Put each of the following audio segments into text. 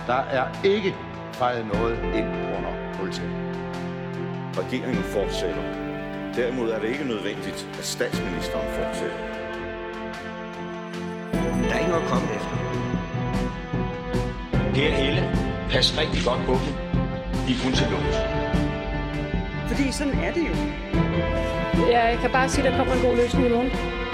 Der er ikke fejret noget ind under politiet. Regeringen fortsætter. Derimod er det ikke nødvendigt, at statsministeren fortsætter. Der er ikke noget at komme efter. Per Helle, pas rigtig godt på dem. De er kun til lås. Fordi sådan er det jo. Jeg kan bare sige, at der kommer en god løsning i morgen.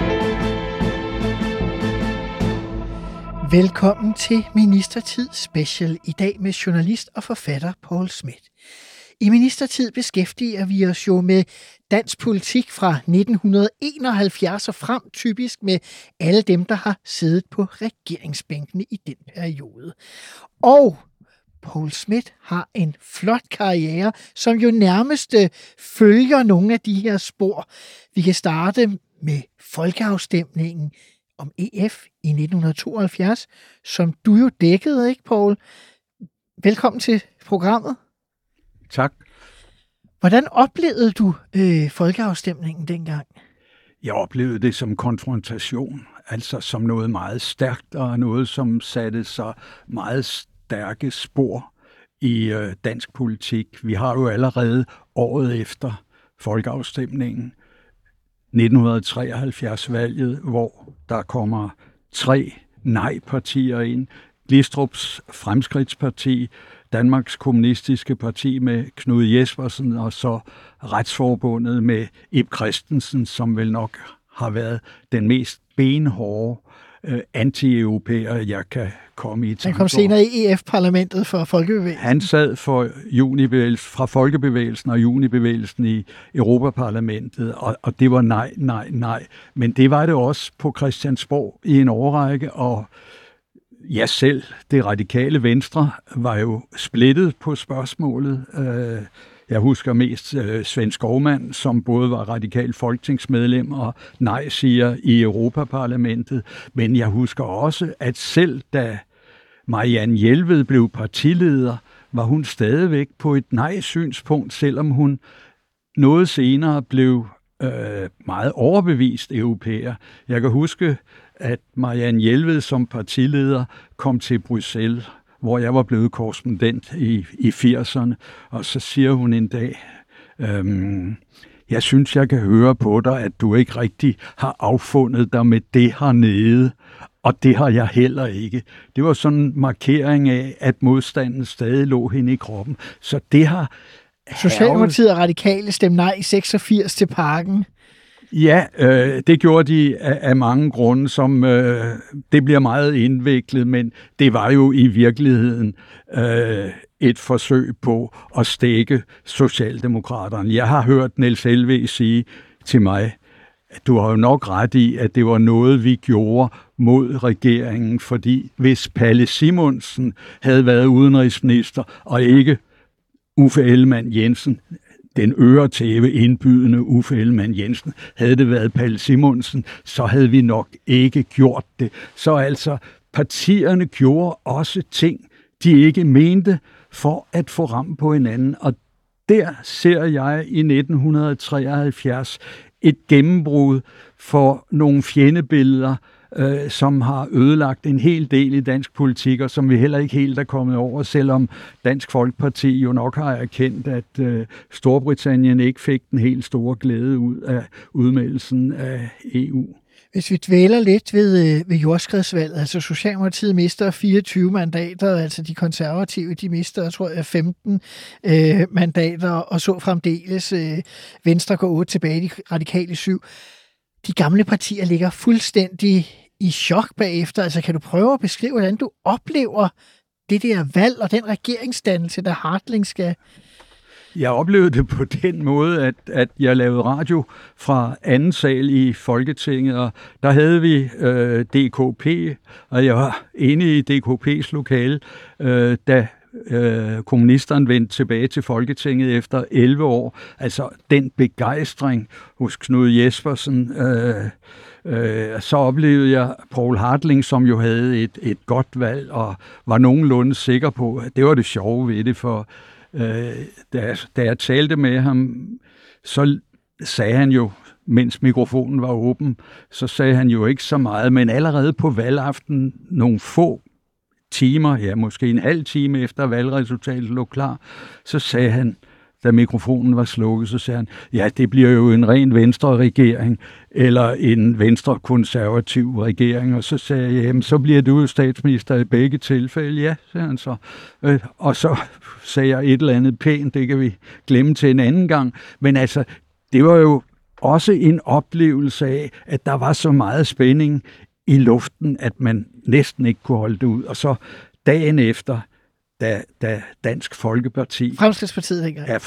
Velkommen til Ministertid Special, i dag med journalist og forfatter Poul Schmidt. I Ministertid beskæftiger vi os jo med dansk politik fra 1971 og frem, typisk med alle dem, der har siddet på regeringsbænkene i den periode. Og Poul Schmidt har en flot karriere, som jo nærmest følger nogle af de her spor. Vi kan starte med folkeafstemningen om EF i 1972, som du jo dækkede, ikke, Poul? Velkommen til programmet. Tak. Hvordan oplevede du folkeafstemningen dengang? Jeg oplevede det som konfrontation, altså som noget meget stærkt, og noget, som satte sig meget stærke spor i dansk politik. Vi har jo allerede året efter folkeafstemningen, 1973-valget, hvor der kommer 3 nej-partier ind. Glistrups Fremskridtsparti, Danmarks Kommunistiske Parti med Knud Jespersen, og så Retsforbundet med Ib Christensen, som vel nok har været den mest benhårde anti-europæer, jeg kan komme i tanke. Han kom senere i EF-parlamentet for Folkebevægelsen. Han sad for fra Folkebevægelsen og Junibevægelsen i Europaparlamentet, og det var nej. Men det var det også på Christiansborg i en årrække, og jeg selv, det radikale Venstre, var jo splittet på spørgsmålet. Jeg husker mest Svend Skovmand, som både var radikal folketingsmedlem og nej-siger i Europaparlamentet. Men jeg husker også, at selv da Marianne Jelved blev partileder, var hun stadigvæk på et nej-synspunkt, selvom hun noget senere blev meget overbevist europæer. Jeg kan huske, at Marianne Jelved som partileder kom til Bruxelles, hvor jeg var blevet korrespondent i 80'erne, og så siger hun en dag, jeg synes, jeg kan høre på dig, at du ikke rigtig har affundet dig med det hernede, og det har jeg heller ikke. Det var sådan en markering af, at modstanden stadig lå hende i kroppen. Så det har Socialdemokratiet og Radikale stemte nej i 86 til Parken. Ja, det gjorde de af mange grunde, som det bliver meget indviklet, men det var jo i virkeligheden et forsøg på at stække Socialdemokraterne. Jeg har hørt Niels Helveg sige til mig, at du har jo nok ret i, at det var noget, vi gjorde mod regeringen, fordi hvis Palle Simonsen havde været udenrigsminister, og ikke Uffe Ellemann-Jensen, den øretæve indbydende Uffe Ellemann-Jensen, havde det været Palle Simonsen, så havde vi nok ikke gjort det. Så altså, partierne gjorde også ting, de ikke mente, for at få ram på hinanden. Og der ser jeg i 1973 et gennembrud for nogle fjendebilleder, som har ødelagt en hel del i dansk politik, og som vi heller ikke helt er kommet over, selvom Dansk Folkeparti jo nok har erkendt, at Storbritannien ikke fik den helt store glæde ud af udmeldelsen af EU. Hvis vi dvæler lidt ved jordskredsvalget, altså Socialdemokratiet mister 24 mandater, altså de konservative, de mister, jeg tror, 15 mandater, og så fremdeles Venstre går 8 tilbage, de radikale 7. De gamle partier ligger fuldstændig i chok bagefter. Altså, kan du prøve at beskrive, hvordan du oplever det der valg og den regeringsdannelse, der Hartling skal? Jeg oplevede det på den måde, at jeg lavede radio fra anden sal i Folketinget, og der havde vi DKP, og jeg var inde i DKP's lokale, da kommunisterne vendte tilbage til Folketinget efter 11 år. Altså den begejstring hos Knud Jespersen. Så oplevede jeg Poul Hartling, som jo havde et godt valg, og var nogenlunde sikker på, at det var det sjove ved det, for da jeg talte med ham, så sagde han jo, mens mikrofonen var åben, så sagde han jo ikke så meget, men allerede på valgaften, nogle få timer, ja måske en halv time efter valgresultatet lå klar, så sagde han, da mikrofonen var slukket, så sagde han, ja, det bliver jo en ren venstre-regering, eller en venstre-konservativ regering, og så sagde jeg, jamen, så bliver du statsminister i begge tilfælde, ja, sagde han så. Og så sagde jeg et eller andet pænt, det kan vi glemme til en anden gang, men altså, det var jo også en oplevelse af, at der var så meget spænding i luften, at man næsten ikke kunne holde det ud, og så dagen efter, da Dansk Folkeparti... Fremskridtspartiet dengang. Ja,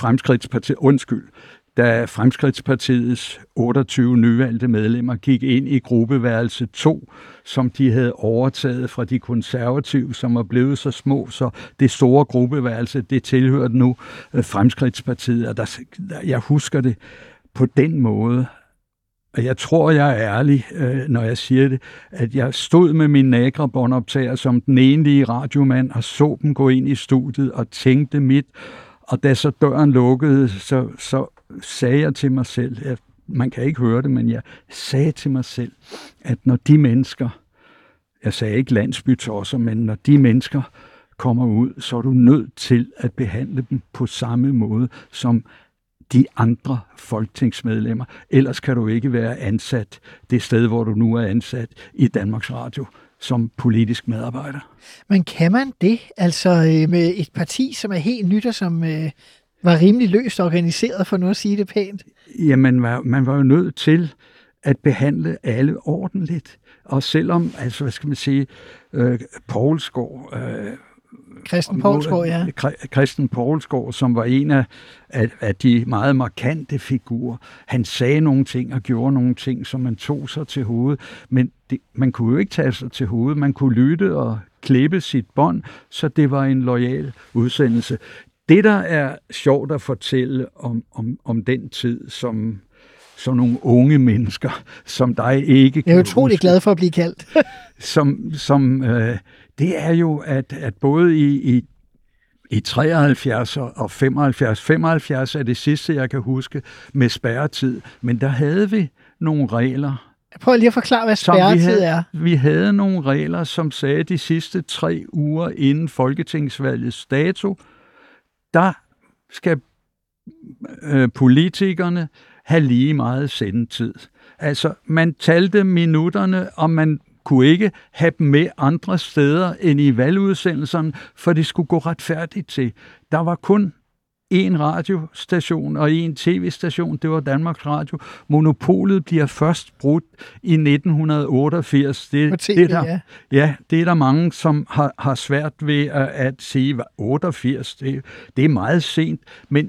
da Fremskridtspartiets 28 nyvalgte medlemmer gik ind i gruppeværelse 2, som de havde overtaget fra de konservative, som var blevet så små, så det store gruppeværelse, det tilhørte nu Fremskridtspartiet, og jeg husker det på den måde, og jeg tror, jeg er ærlig, når jeg siger det, at jeg stod med min Nagra-båndoptager som den enlige radiomand og så dem gå ind i studiet og tænkte mit. Og da så døren lukkede, så sagde jeg til mig selv, man kan ikke høre det, men jeg sagde til mig selv, at når de mennesker, jeg sagde ikke landsbytosser, men når de mennesker kommer ud, så er du nødt til at behandle dem på samme måde som de andre folketingsmedlemmer. Ellers kan du ikke være ansat det sted, hvor du nu er ansat i Danmarks Radio som politisk medarbejder. Men kan man det? Altså med et parti, som er helt nyt og som var rimelig løst organiseret, for nu at sige det pænt? Jamen, man var jo nødt til at behandle alle ordentligt. Og selvom, altså hvad skal man sige, Poulsgaard... Christen Poulsgaard, ja. Christen Poulsgaard, som var en af de meget markante figurer. Han sagde nogle ting og gjorde nogle ting, som man tog sig til hovedet. Men man kunne jo ikke tage sig til hovedet. Man kunne lytte og klippe sit bånd, så det var en loyal udsendelse. Det, der er sjovt at fortælle om den tid, som nogle unge mennesker, som dig ikke kan. Jeg er utrolig glad for at blive kaldt. Det er jo, at både i 73 og 75 er det sidste, jeg kan huske, med spærretid. Men der havde vi nogle regler. Prøv lige at forklare, hvad spærretid er. Vi havde nogle regler, som sagde, de sidste 3 uger inden folketingsvalgets dato, der skal politikerne have lige meget sendetid. Altså, man talte minutterne, og man kunne ikke have dem med andre steder end i valgudsendelserne, for det skulle gå retfærdigt til. Der var kun én radiostation og én tv-station, det var Danmarks Radio. Monopolet bliver først brudt i 1988. Det er der mange, som har svært ved at sige, 88, det er meget sent. Men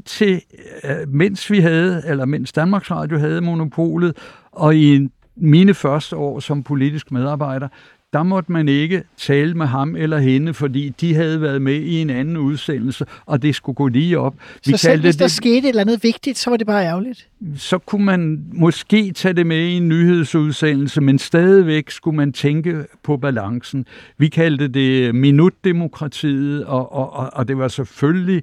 mens Danmarks Radio havde monopolet, og i mine første år som politisk medarbejder, der måtte man ikke tale med ham eller hende, fordi de havde været med i en anden udsendelse, og det skulle gå lige op. Så selv hvis der skete et eller andet vigtigt, så var det bare ærgerligt? Så kunne man måske tage det med i en nyhedsudsendelse, men stadigvæk skulle man tænke på balancen. Vi kaldte det minutdemokratiet, og det var selvfølgelig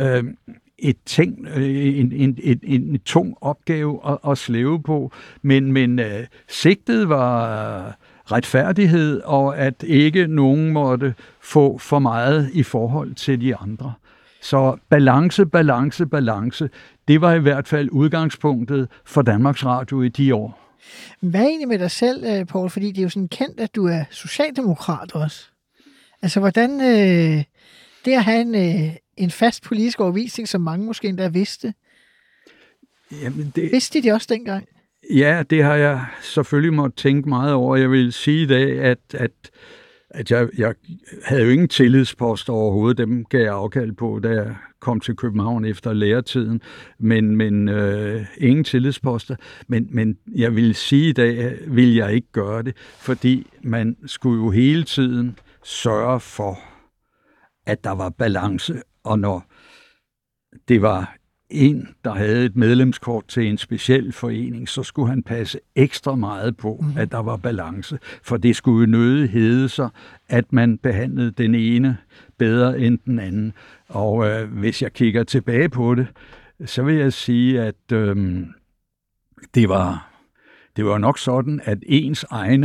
en tung opgave at slæve på, men sigtet var retfærdighed, og at ikke nogen måtte få for meget i forhold til de andre. Så balance, det var i hvert fald udgangspunktet for Danmarks Radio i de år. Hvad er egentlig med dig selv, Poul? Fordi det er jo sådan kendt, at du er socialdemokrat også. Altså, hvordan det at have en fast politisk overbevisning, som mange måske endda vidste? Jamen vidste de det også dengang? Ja, det har jeg selvfølgelig måttet tænke meget over. Jeg vil sige i dag, at jeg havde jo ingen tillidspost overhovedet. Dem gav jeg afkald på, da jeg kom til København efter læretiden. Men ingen tillidsposter. Men jeg vil sige i dag, vil jeg ikke gøre det, fordi man skulle jo hele tiden sørge for, at der var balance. Og når det var en, der havde et medlemskort til en speciel forening, så skulle han passe ekstra meget på, at der var balance. For det skulle jo nødig hedde sig, at man behandlede den ene bedre end den anden. Og hvis jeg kigger tilbage på det, så vil jeg sige, at det var nok sådan, at ens egne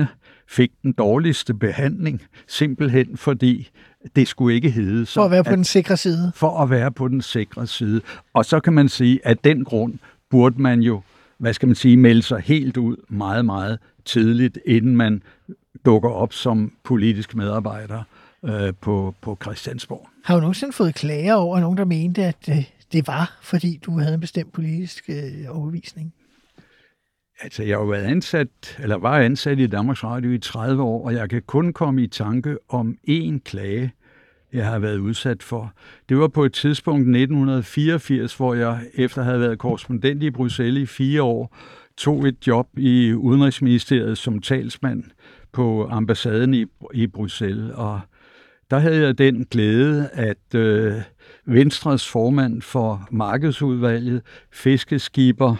fik den dårligste behandling, simpelthen fordi det skulle ikke hedde sig. For at være på den sikre side. For at være på den sikre side. Og så kan man sige, at den grund burde man jo, melde sig helt ud meget, meget tidligt, inden man dukker op som politisk medarbejder på Christiansborg. Har du nogensinde fået klager over nogen, der mente, at det var, fordi du havde en bestemt politisk overbevisning? Altså, jeg var ansat i Danmarks Radio i 30 år, og jeg kan kun komme i tanke om én klage, jeg har været udsat for. Det var på et tidspunkt 1984, hvor jeg efter at have været korrespondent i Bruxelles i 4 år, tog et job i Udenrigsministeriet som talsmand på ambassaden i Bruxelles. Og der havde jeg den glæde, at Venstres formand for markedsudvalget, fiskeskipper,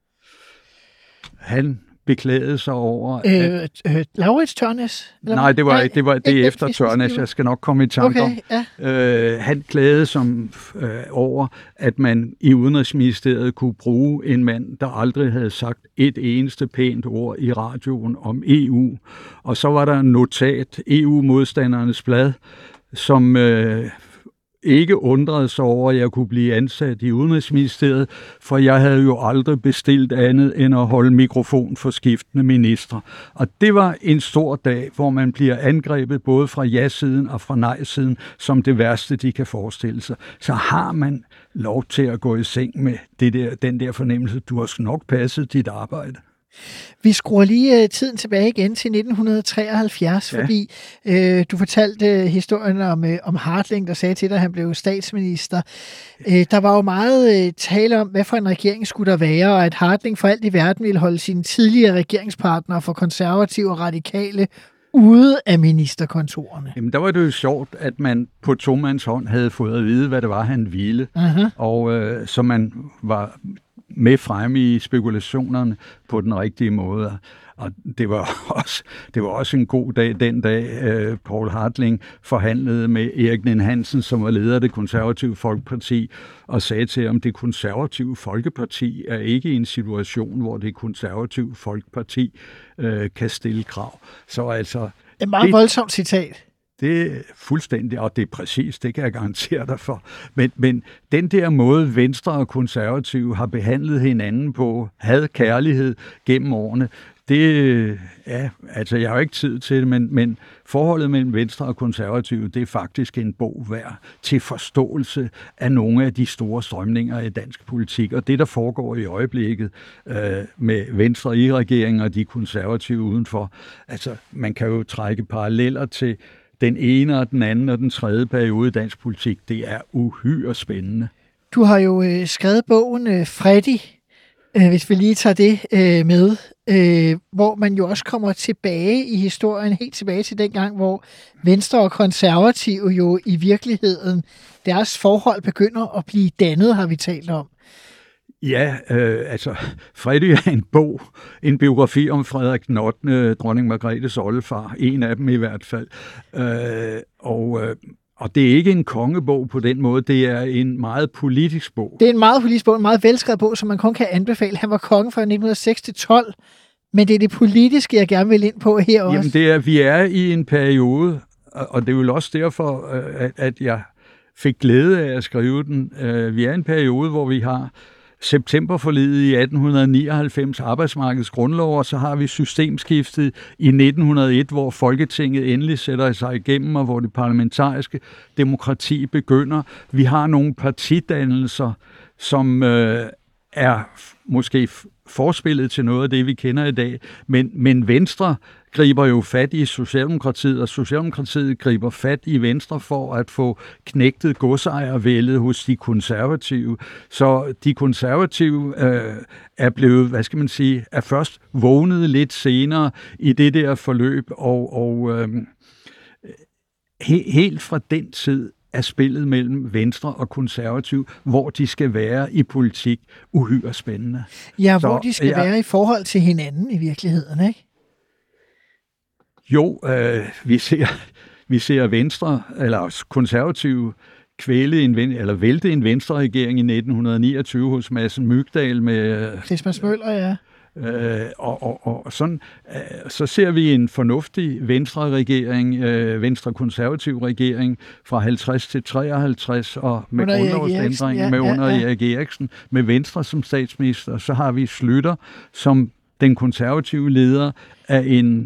han beklagede sig over... Laurits Tørnæs? Nej, det er efter Tørnæs. Jeg skal nok komme i tanke om. Ja. Han klagede over, at man i Udenrigsministeriet kunne bruge en mand, der aldrig havde sagt et eneste pænt ord i radioen om EU. Og så var der en notat, EU-modstandernes blad, som... ikke undrede sig over, at jeg kunne blive ansat i Udenrigsministeriet, for jeg havde jo aldrig bestilt andet end at holde mikrofon for skiftende ministre. Og det var en stor dag, hvor man bliver angrebet både fra ja-siden og fra nej-siden, som det værste, de kan forestille sig. Så har man lov til at gå i seng med den der fornemmelse, du har nok passet dit arbejde. Vi skruer lige tiden tilbage igen til 1973, ja. Fordi du fortalte historien om Hartling, der sagde til dig, at han blev statsminister. Der var jo meget tale om, hvad for en regering skulle der være, og at Hartling for alt i verden ville holde sine tidligere regeringspartnere for konservative og radikale ude af ministerkontorerne. Jamen, der var det jo sjovt, at man på tomands hånd havde fået at vide, hvad det var, han ville. Uh-huh. Og så man var med fremme i spekulationerne på den rigtige måde. Og det var også en god dag den dag, Poul Hartling forhandlede med Erik Ninn-Hansen, som var leder af Det Konservative Folkeparti, og sagde til ham, Det Konservative Folkeparti er ikke i en situation, hvor Det Konservative Folkeparti kan stille krav. Så altså... Et meget voldsomt citat. Det er fuldstændig, og det er præcis, det kan jeg garantere dig for. Men den der måde, Venstre og Konservative har behandlet hinanden på, had kærlighed gennem årene, det ja, altså jeg har jo ikke tid til det, men forholdet mellem Venstre og Konservative, det er faktisk en bog værd til forståelse af nogle af de store strømninger i dansk politik. Og det, der foregår i øjeblikket med Venstre i regeringen og de konservative udenfor, altså man kan jo trække paralleller til den ene og den anden og den tredje periode i dansk politik. Det er uhyre spændende. Du har jo skrevet bogen Freddy, hvis vi lige tager det med, hvor man jo også kommer tilbage i historien, helt tilbage til den gang, hvor Venstre og Konservative jo i virkeligheden, deres forhold begynder at blive dannet, har vi talt om. Ja, altså Freddy er en biografi om Frederik den 8., dronning Margrethes oldefar, en af dem i hvert fald. Og det er ikke en kongebog på den måde, det er en meget politisk bog. Det er en meget politisk bog, en meget velskrevet bog, som man kun kan anbefale. Han var konge fra 1906 til 12, men det er det politiske, jeg gerne vil ind på her også. Jamen vi er i en periode, og det er jo også derfor, at jeg fik glæde af at skrive den. Vi er i en periode, hvor vi har septemberforliget i 1899, arbejdsmarkedets grundlov, og så har vi systemskiftet i 1901, hvor Folketinget endelig sætter sig igennem, og hvor det parlamentariske demokrati begynder. Vi har nogle partidannelser, som er måske forspillet til noget af det, vi kender i dag, men Venstre griber jo fat i Socialdemokratiet, og Socialdemokratiet griber fat i Venstre for at få knægtet godsejervældet hos de konservative. Så de konservative er blevet, er først vågnet lidt senere i det der forløb, og helt fra den tid er spillet mellem Venstre og Konservativ, hvor de skal være i politik, uhyre spændende. Ja, hvor de skal være i forhold til hinanden i virkeligheden, ikke? Jo, vi ser Venstre, eller Konservative, vælte en Venstre-regering i 1929 hos Madsen Mygdal med... Christmas Møller, ja. Og sådan, så ser vi en fornuftig Venstre-regering, Venstre-konservativ regering fra 50 til 53, og med grundlovsændringen med under Erik Eriksen, med Venstre som statsminister. Så har vi Schlüter som den konservative leder af en...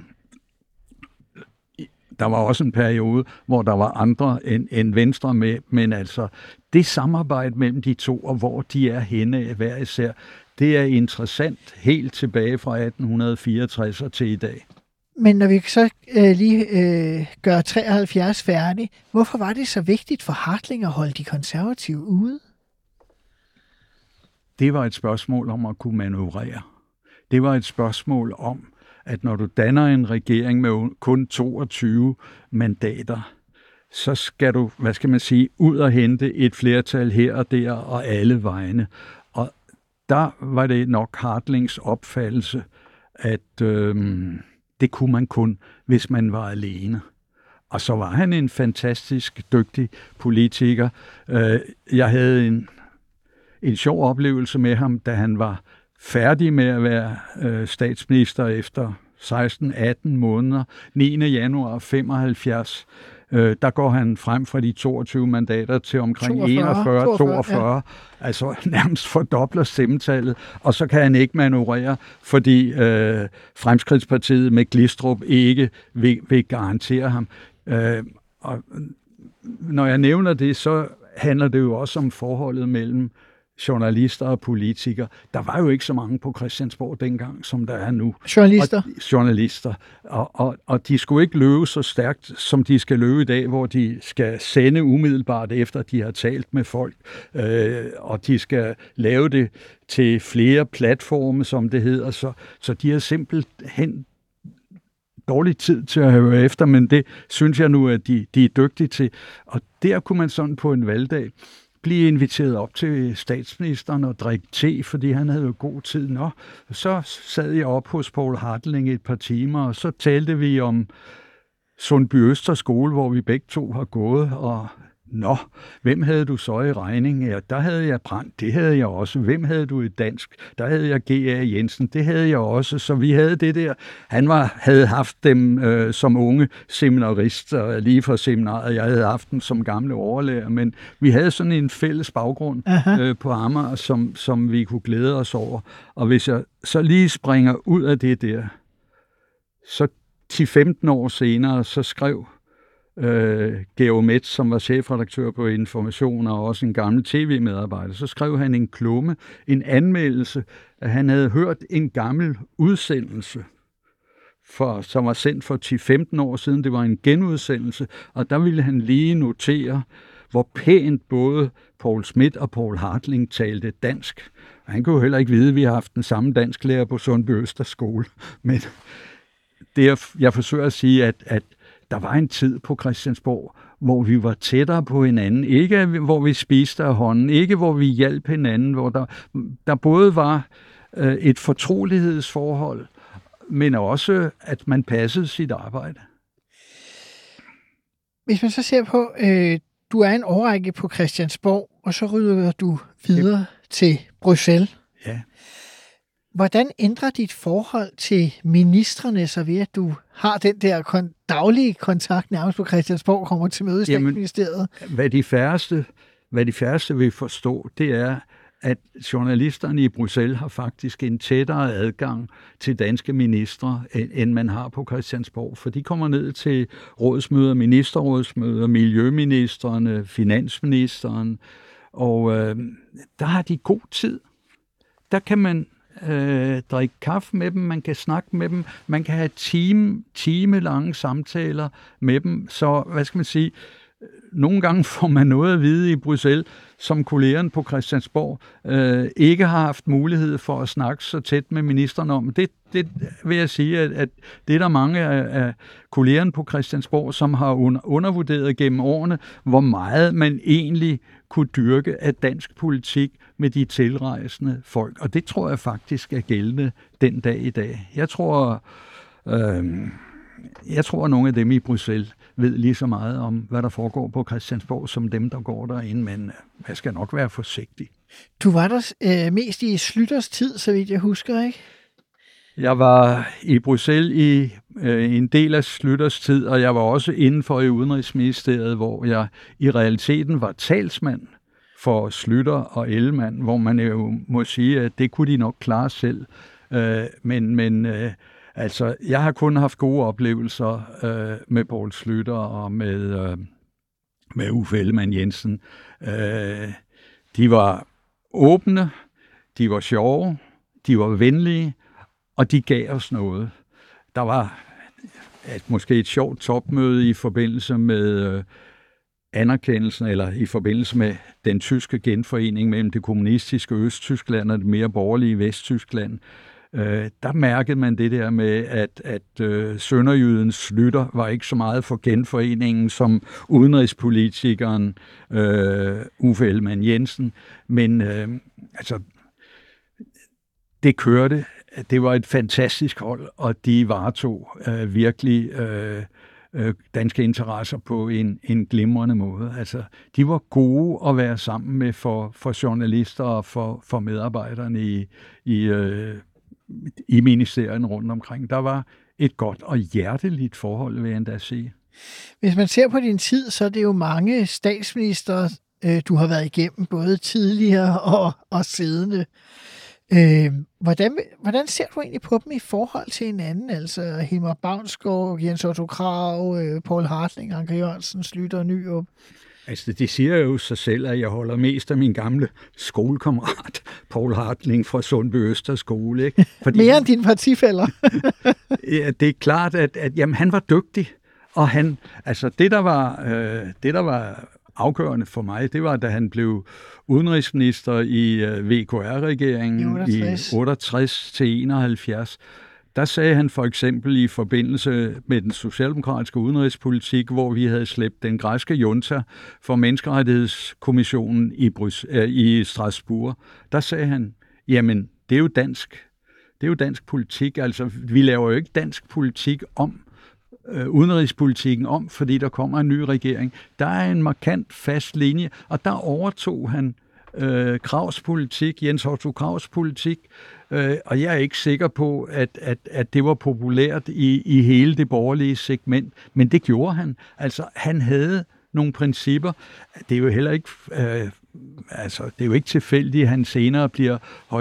Der var også en periode, hvor der var andre end Venstre med, men altså det samarbejde mellem de to, og hvor de er henne hver især, det er interessant helt tilbage fra 1864 til i dag. Men når vi så lige gør 73 færdig, hvorfor var det så vigtigt for Hartling at holde de konservative ude? Det var et spørgsmål om at kunne manøvrere. Det var et spørgsmål om, at når du danner en regering med kun 22 mandater, så skal du, ud og hente et flertal her og der og alle vegne. Og der var det nok Hartlings opfattelse, at det kunne man kun, hvis man var alene. Og så var han en fantastisk dygtig politiker. Jeg havde en sjov oplevelse med ham, da han var færdig med at være statsminister efter 16-18 måneder. 9. januar 75, der går han frem fra de 22 mandater til omkring 41-42, altså nærmest fordobler stemmetallet, og så kan han ikke manøvrere, fordi Fremskridtspartiet med Glistrup ikke vil garantere ham. Og når jeg nævner det, så handler det jo også om forholdet mellem journalister og politikere. Der var jo ikke så mange på Christiansborg dengang, som der er nu. Journalister. Og de skulle ikke løbe så stærkt, som de skal løbe i dag, hvor de skal sende umiddelbart efter, de har talt med folk. Og de skal lave det til flere platforme, som det hedder. Så de har simpelthen dårlig tid til at høre efter, men det synes jeg nu, at de er dygtige til. Og der kunne man sådan på en valgdag blive inviteret op til statsministeren og drikke te, fordi han havde jo god tid. Nå, så sad jeg op hos Poul Hartling et par timer, og så talte vi om Sundby Øster skole, hvor vi begge to har gået, og hvem havde du så i regning? Ja, der havde jeg Brandt, det havde jeg også. Hvem havde du i dansk? Der havde jeg G.A. Jensen, det havde jeg også. Så vi havde det der. Han havde haft dem som unge seminarister lige fra seminaret. Jeg havde haft dem som gamle overlærer, men vi havde sådan en fælles baggrund på Amager, som vi kunne glæde os over. Og hvis jeg så lige springer ud af det der, så 10-15 år senere, så skrev Georg Metz, som var chefredaktør på Information og også en gammel tv-medarbejder, så skrev han en klumme, en anmeldelse, at han havde hørt en gammel udsendelse, som var sendt for 10-15 år siden. Det var en genudsendelse, og der ville han lige notere, hvor pænt både Poul Schmidt og Poul Hartling talte dansk. Og han kunne jo heller ikke vide, at vi har haft den samme dansklærer på Sundby Øster skole. Men det, jeg forsøger at sige, at der var en tid på Christiansborg, hvor vi var tættere på hinanden. Ikke hvor vi spiste af hånden, ikke hvor vi hjalp hinanden, hvor der både var et fortrolighedsforhold, men også, at man passede sit arbejde. Hvis man så ser på, du er en årrække på Christiansborg, og så ryger du videre til Bruxelles. Ja. Hvordan ændrer dit forhold til ministrene, så ved at du har den der daglige kontakt nærmest på Christiansborg, kommer til møde i Statsministeriet? Hvad de færreste vil forstå, det er, at journalisterne i Bruxelles har faktisk en tættere adgang til danske ministre, end man har på Christiansborg. For de kommer ned til rådsmøder, ministerrådsmøder, miljøministerne, finansministeren, og der har de god tid. Der kan man drikke kaffe med dem, man kan snakke med dem, man kan have timelange samtaler med dem. Så, hvad skal man sige, nogle gange får man noget at vide i Bruxelles, som kollegerne på Christiansborg ikke har haft mulighed for at snakke så tæt med ministeren om. Det vil jeg sige, at det er der mange af kollegerne på Christiansborg, som har undervurderet gennem årene, hvor meget man egentlig kunne dyrke af dansk politik med de tilrejsende folk. Og det tror jeg faktisk er gældende den dag i dag. Jeg tror, at nogle af dem i Bruxelles ved lige så meget om, hvad der foregår på Christiansborg, som dem, der går derinde, men jeg skal nok være forsigtig. Du var der mest i Schlüters tid, så vidt jeg husker, ikke? Jeg var i Bruxelles i en del af Schlüters tid, og jeg var også inden for i Udenrigsministeriet, hvor jeg i realiteten var talsmand for Schlüter og Ellemann, hvor man jo må sige, at det kunne de nok klare selv. Men altså, jeg har kun haft gode oplevelser med Poul Schlüter og med Uffe Ellemann-Jensen. De var åbne, de var sjove, de var venlige, og de gav os noget. Der var måske et sjovt topmøde i forbindelse med anerkendelsen, eller i forbindelse med den tyske genforening mellem det kommunistiske Østtyskland og det mere borgerlige Vesttyskland. Der mærkede man det der med, at sønderjyden Schlüter var ikke så meget for genforeningen som udenrigspolitikeren Uffe Ellemann-Jensen, men altså det kørte. Det var et fantastisk hold, og de varetog virkelig danske interesser på en glimrende måde. Altså, de var gode at være sammen med for journalister og for medarbejderne i ministerierne rundt omkring. Der var et godt og hjerteligt forhold, vil jeg endda sige. Hvis man ser på din tid, så er det jo mange statsministre, du har været igennem, både tidligere og siddende. Hvordan ser du egentlig på dem i forhold til hinanden? Altså Hilmar Baunsgaard, Jens Otto Krag, Poul Hartling, Anker Jørgensen, Schlüter og Nyrup. Altså det siger jo sig selv, at jeg holder mest af min gamle skolekammerat, Poul Hartling fra Sundby Østerskole. Ikke? Fordi, mere end dine partifæller. Ja, det er klart, at jamen, han var dygtig, og han, altså det der var afgørende for mig, det var, da han blev udenrigsminister i VKR-regeringen i 68 til 71. Der sagde han for eksempel i forbindelse med den socialdemokratiske udenrigspolitik, hvor vi havde slæbt den græske junta for menneskerettighedskommissionen i Strasbourg, der sagde han, jamen det er jo dansk politik, altså vi laver jo ikke dansk politik om, udenrigspolitikken om, fordi der kommer en ny regering. Der er en markant fast linje, og der overtog han Krags politik, Jens Otto Krags politik, og jeg er ikke sikker på, at det var populært i hele det borgerlige segment, men det gjorde han. Altså, han havde nogle principper. Det er jo heller ikke det er jo ikke tilfældigt, at han senere bliver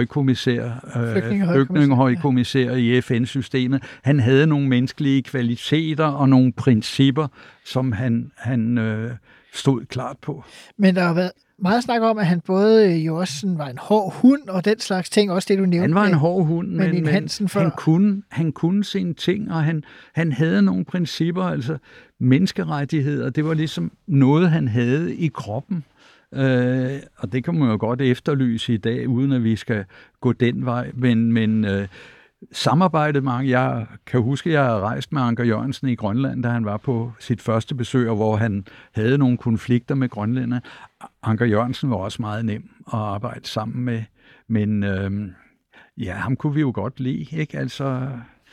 flygtningehøjkommissær i FN-systemet. Han havde nogle menneskelige kvaliteter og nogle principper, som han stod klart på. Men der har været meget snak om, at han både jo også sådan var en hård hund og den slags ting, også det du nævnte. Han var en hård hund, men han kunne sine ting, og han havde nogle principper, altså menneskerettigheder. Det var ligesom noget, han havde i kroppen. Og det kan man jo godt efterlyse i dag, uden at vi skal gå den vej. Men samarbejdet med, jeg kan huske, at jeg har rejst med Anker Jørgensen i Grønland, da han var på sit første besøg, hvor han havde nogle konflikter med grønlænderne. Anker Jørgensen var også meget nem at arbejde sammen med, men ham kunne vi jo godt lide, ikke? Altså,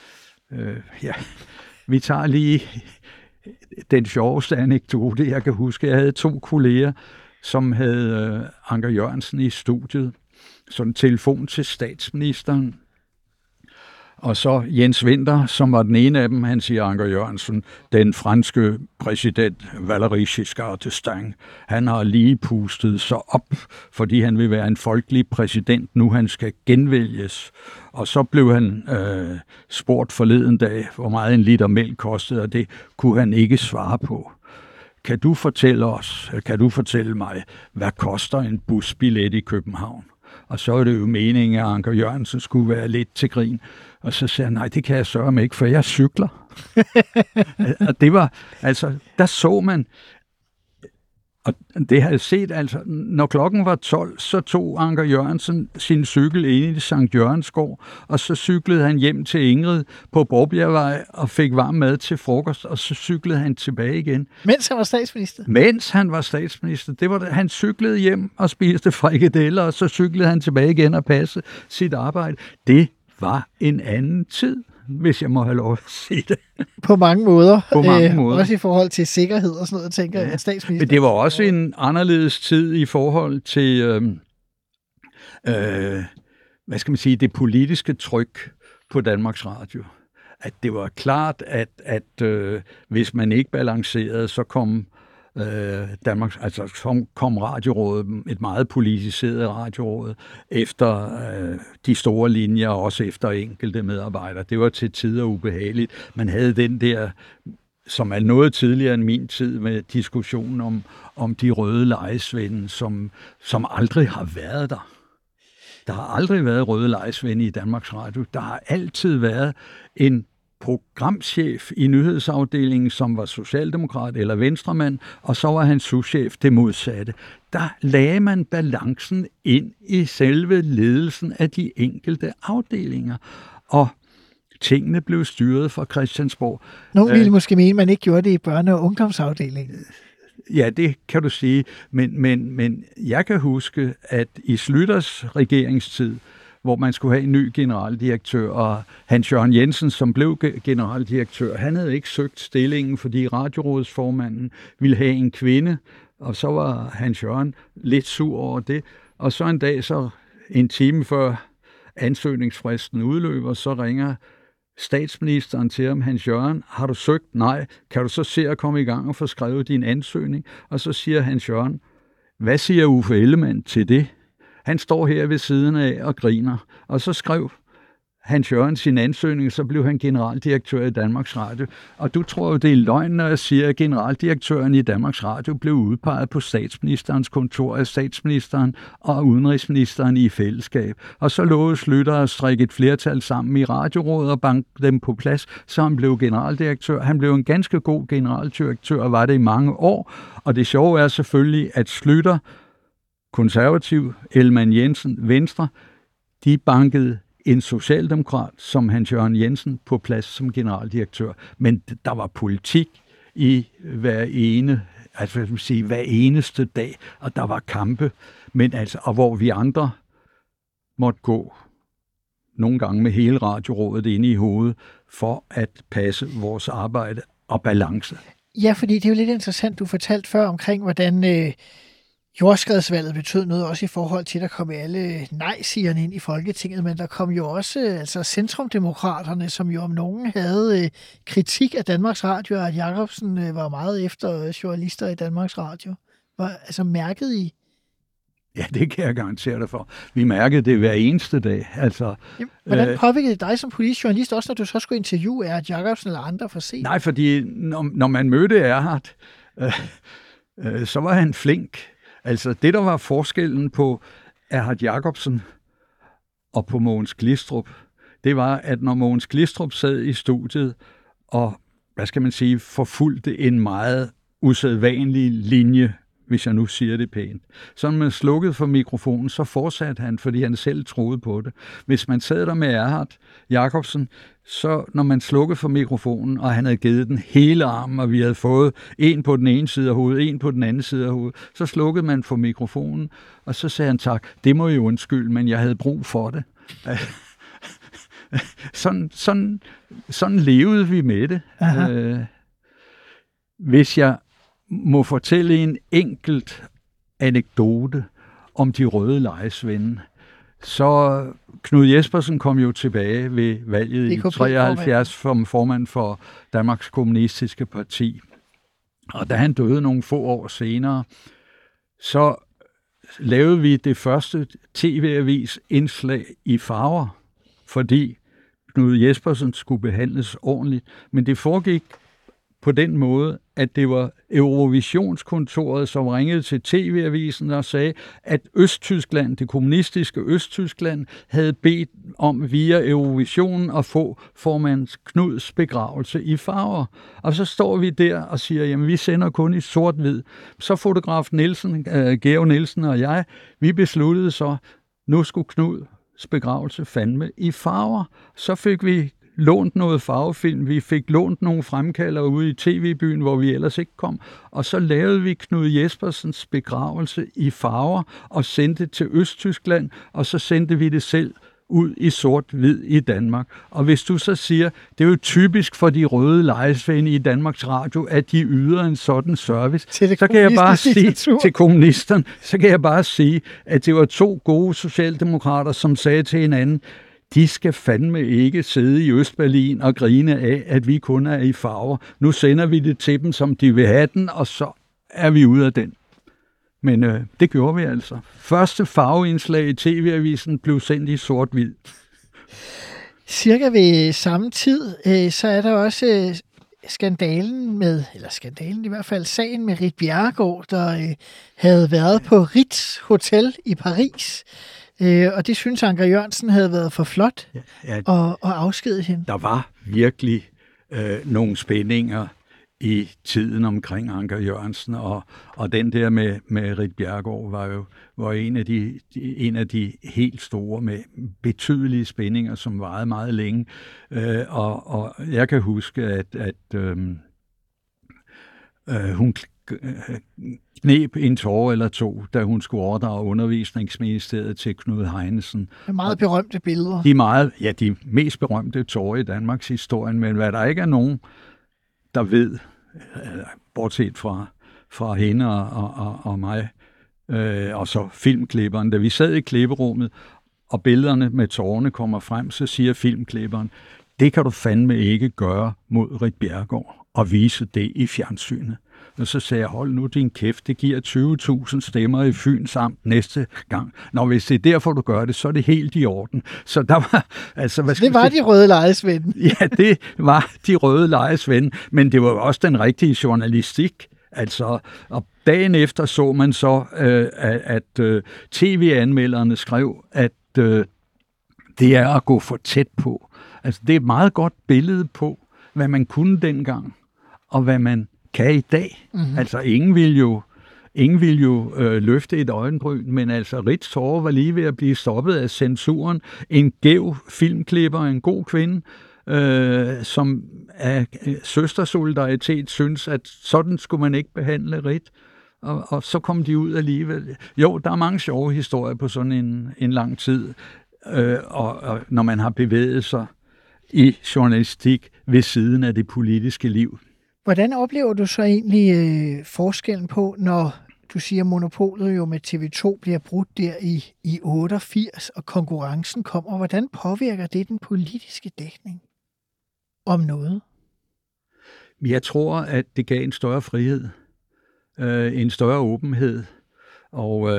vi tager lige den sjoveste anekdote. Jeg kan huske, jeg havde 2 kolleger, som havde Anker Jørgensen i studiet. Så en telefon til statsministeren. Og så Jens Winther, som var den ene af dem, han siger, Anker Jørgensen, den franske præsident Valéry Giscard d'Estaing, han har lige pustet sig op, fordi han vil være en folkelig præsident, nu han skal genvælges. Og så blev han spurgt forleden dag, hvor meget en liter mælk kostede, og det kunne han ikke svare på. Kan du fortælle mig, hvad koster en busbillet i København? Og så er det jo meningen, at Anker Jørgensen skulle være lidt til grin. Og så sagde han, nej, det kan jeg sørge ikke, for jeg cykler. Og det var, altså, der så man, og det har jeg set, altså, når klokken var 12, så tog Anker Jørgensen sin cykel ind i Sankt Jørgensgård, og så cyklede han hjem til Ingrid på Borbjergvej og fik varm mad til frokost, og så cyklede han tilbage igen. Mens han var statsminister? Mens han var statsminister. Det var det. Han cyklede hjem og spiste frikadeller, og så cyklede han tilbage igen og passede sit arbejde. Det var en anden tid, hvis jeg må have lov at sige det. På mange måder. Måder. Også i forhold til sikkerhed og sådan noget, tænker jeg, statsminister. Men det var også en anderledes tid i forhold til, hvad skal man sige, det politiske tryk på Danmarks Radio. At det var klart, at hvis man ikke balancerede, så kom kom radiorådet, et meget politiseret radioråd, efter de store linjer, og også efter enkelte medarbejdere. Det var til tider ubehageligt. Man havde den der, som er noget tidligere end min tid, med diskussionen om de røde lejesvende, som aldrig har været der. Der har aldrig været røde lejesvende i Danmarks Radio. Der har altid været en programchef i nyhedsafdelingen, som var socialdemokrat eller venstremand, og så var han souschef, det modsatte. Der lagde man balancen ind i selve ledelsen af de enkelte afdelinger, og tingene blev styret fra Christiansborg. Nogle ville måske mene, at man ikke gjorde det i børne- og ungdomsafdelingen. Ja, det kan du sige, men jeg kan huske, at i Schlüters regeringstid, hvor man skulle have en ny generaldirektør, og Hans Jørgen Jensen, som blev generaldirektør, han havde ikke søgt stillingen, fordi radiorådsformanden ville have en kvinde, og så var Hans Jørgen lidt sur over det. Og så en dag, så en time før ansøgningsfristen udløber, så ringer statsministeren til ham: Hans Jørgen, har du søgt? Nej. Kan du så se at komme i gang og få skrevet din ansøgning? Og så siger Hans Jørgen: hvad siger Uffe Ellemann til det? Han står her ved siden af og griner. Og så skrev Hans Jørgen sin ansøgning, så blev han generaldirektør i Danmarks Radio. Og du tror jo, det er løgn, når jeg siger, at generaldirektøren i Danmarks Radio blev udpeget på statsministerens kontor af statsministeren og udenrigsministeren i fællesskab. Og så lovede Schlüter at strikke et flertal sammen i radiorådet og banke dem på plads, så han blev generaldirektør. Han blev en ganske god generaldirektør og var det i mange år. Og det sjove er selvfølgelig, at Schlüter, konservativ, Ellemann Jensen, Venstre, de bankede en socialdemokrat som Hans Jørgen Jensen på plads som generaldirektør. Men der var politik i hver eneste dag, og der var kampe, men og hvor vi andre måtte gå nogle gange med hele radiorådet inde i hovedet for at passe vores arbejde og balance. Ja, fordi det er jo lidt interessant, du fortalte før omkring, hvordan jordskredsvalget betød noget også i forhold til, at der kom alle nej-sigerne ind i Folketinget, men der kom jo også centrumdemokraterne, som jo om nogen havde kritik af Danmarks Radio, og at Jacobsen var meget efter journalister i Danmarks Radio. Mærkede I? Ja, det kan jeg garantere dig for. Vi mærkede det hver eneste dag. Jamen, hvordan påvirkede det dig som politisk journalist, også når du så skulle interviewe Erhard Jacobsen eller andre for set? Nej, fordi når man mødte Erhard, så var han flink. Det, der var forskellen på Erhard Jacobsen og på Mogens Glistrup, det var, at når Mogens Glistrup sad i studiet og, forfulgte en meget usædvanlig linje, hvis jeg nu siger det pænt. Så når man slukkede for mikrofonen, så fortsatte han, fordi han selv troede på det. Hvis man sad der med Erhard Jacobsen, så når man slukkede for mikrofonen, og han havde givet den hele armen, og vi havde fået en på den ene side af hovedet, en på den anden side af hovedet, så slukkede man for mikrofonen, og så sagde han tak. Det må jo undskylde, men jeg havde brug for det. Sådan levede vi med det. Hvis jeg må fortælle en enkelt anekdote om de røde lejesvende, så Knud Jespersen kom jo tilbage ved valget i 73 som formand for Danmarks Kommunistiske Parti. Og da han døde nogle få år senere, så lavede vi det første tv-avis indslag i farver, fordi Knud Jespersen skulle behandles ordentligt. Men det foregik på den måde, at det var Eurovisionskontoret, som ringede til TV-avisen og sagde, at Østtyskland, det kommunistiske Østtyskland, havde bedt om via Eurovisionen at få formand Knuds begravelse i farver. Og så står vi der og siger, jamen vi sender kun i sort-hvid. Så fotograf Georg Nielsen og jeg, vi besluttede så, nu skulle Knuds begravelse fandme i farver. Så fik vi lånt noget farvefilm, vi fik lånt nogle fremkaldere ude i TV-byen, hvor vi ellers ikke kom, og så lavede vi Knud Jespersens begravelse i farver og sendte til Østtyskland, og så sendte vi det selv ud i sort-hvid i Danmark. Og hvis du så siger, det er jo typisk for de røde lejesvende i Danmarks Radio, at de yder en sådan service, så kan jeg bare sige til kommunisterne, så kan jeg bare sige, at det var to gode socialdemokrater, som sagde til hinanden, de skal fandme ikke sidde i Østberlin og grine af, at vi kun er i farver. Nu sender vi det til dem, som de vil have den, og så er vi ude af den. Men det gjorde vi altså. Første farveindslag i TV-avisen blev sendt i sort-hvid. Cirka ved samme tid, så er der også skandalen i hvert fald sagen med Ritt Bjerregaard, der havde været på Ritz Hotel i Paris. Og det synes Anker Jørgensen havde været for flot at afskedige hende. Der var virkelig nogle spændinger i tiden omkring Anker Jørgensen, og den der med Ritt Bjerregaard var en af de helt store med betydelige spændinger, som varede meget længe. Og jeg kan huske, at hun kneb en tåre eller to, da hun skulle overdrage Undervisningsministeriet til Knud Heinesen. Meget berømte billeder. De mest berømte tårer i Danmarks historie, men hvad der ikke er nogen, der ved, bortset fra hende og mig, og så filmklipperen. Da vi sad i klipperummet, og billederne med tårerne kommer frem, så siger filmklipperen, det kan du fandme ikke gøre mod Ritt Bjerregaard, og vise det i fjernsynet. Og så sagde jeg, hold nu din kæft, det giver 20.000 stemmer i Fyns Amt næste gang. Når hvis det er derfor, du gør det, så er det helt i orden. Så der var, altså, det var de røde lejesvende. Ja, det var de røde lejesvende, men det var også den rigtige journalistik. Altså, og dagen efter så man så, at tv-anmelderne skrev, at det er at gå for tæt på. Altså, det er et meget godt billede på, hvad man kunne dengang, og hvad man kan i dag. Mm-hmm. Altså, ingen vil jo løfte et øjenbryn, men altså, Ritz tårer var lige ved at blive stoppet af censuren. En gæv filmklipper, en god kvinde, som af søstersolidaritet synes, at sådan skulle man ikke behandle Ritz. Og så kom de ud alligevel. Jo, der er mange sjove historier på sådan en lang tid, og når man har bevæget sig i journalistik ved siden af det politiske liv. Hvordan oplever du så egentlig forskellen på, når du siger, monopolet jo med TV2 bliver brudt der i 88, og konkurrencen kommer? Hvordan påvirker det den politiske dækning? Om noget? Jeg tror, at det gav en større frihed, en større åbenhed, og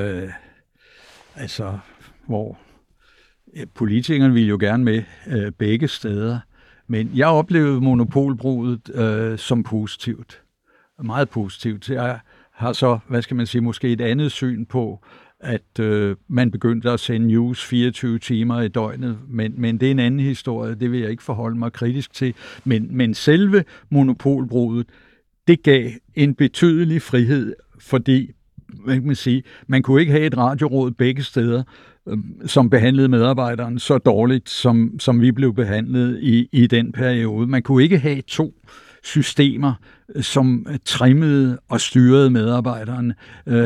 hvor politikerne ville jo gerne med begge steder. Men jeg oplevede monopolbruddet som positivt. Meget positivt. Jeg har så, måske et andet syn på, at man begyndte at sende news 24 timer i døgnet. Men det er en anden historie, det vil jeg ikke forholde mig kritisk til. Men selve monopolbruddet, det gav en betydelig frihed, fordi man kunne ikke have et radioråd begge steder, som behandlede medarbejderen så dårligt, som vi blev behandlet i den periode. Man kunne ikke have to systemer, som trimmede og styrede medarbejderen